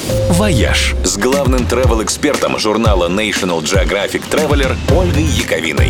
«Вояж» с главным travel-экспертом журнала National Geographic Traveler Ольгой Яковиной.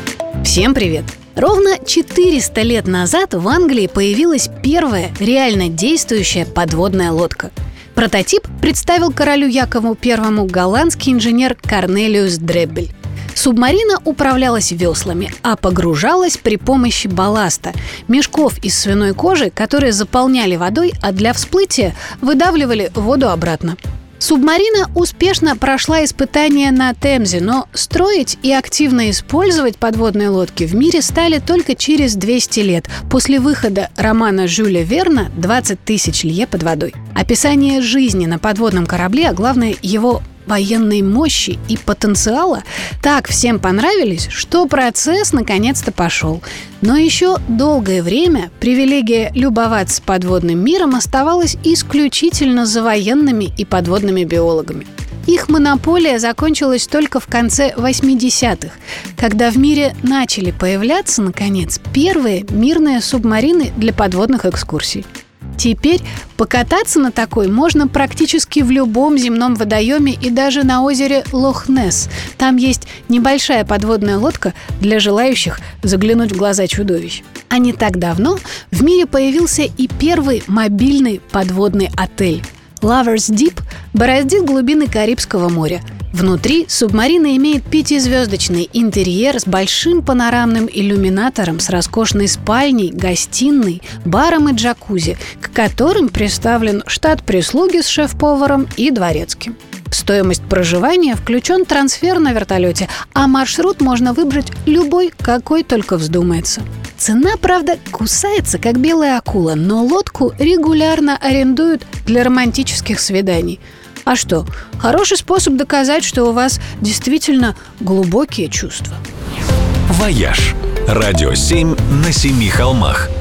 Всем привет! Ровно 400 лет назад в Англии появилась первая реально действующая подводная лодка. Прототип представил королю Якову I голландский инженер Корнелиус Дреббель. Субмарина управлялась веслами, а погружалась при помощи балласта – мешков из свиной кожи, которые заполняли водой, а для всплытия выдавливали воду обратно. Субмарина успешно прошла испытания на Темзе, но строить и активно использовать подводные лодки в мире стали только через 200 лет после выхода романа Жюля Верна «20 тысяч лье под водой». Описание жизни на подводном корабле, а главное его военной мощи и потенциала так всем понравились, что процесс наконец-то пошел. Но еще долгое время привилегия любоваться подводным миром оставалась исключительно за военными и подводными биологами. Их монополия закончилась только в конце 80-х, когда в мире начали появляться, наконец, первые мирные субмарины для подводных экскурсий. Теперь покататься на такой можно практически в любом земном водоеме и даже на озере Лох-Несс. Там есть небольшая подводная лодка для желающих заглянуть в глаза чудовищ. А не так давно в мире появился и первый мобильный подводный отель. Lovers Deep бороздит глубины Карибского моря. Внутри субмарина имеет 5-звездочный интерьер с большим панорамным иллюминатором, с роскошной спальней, гостиной, баром и джакузи, к которым представлен штат прислуги с шеф-поваром и дворецким. В стоимость проживания включен трансфер на вертолете, а маршрут можно выбрать любой, какой только вздумается. Цена, правда, кусается, как белая акула, но лодку регулярно арендуют для романтических свиданий. А что? Хороший способ доказать, что у вас действительно глубокие чувства. «Вояж» – радио 7 на 7 холмах.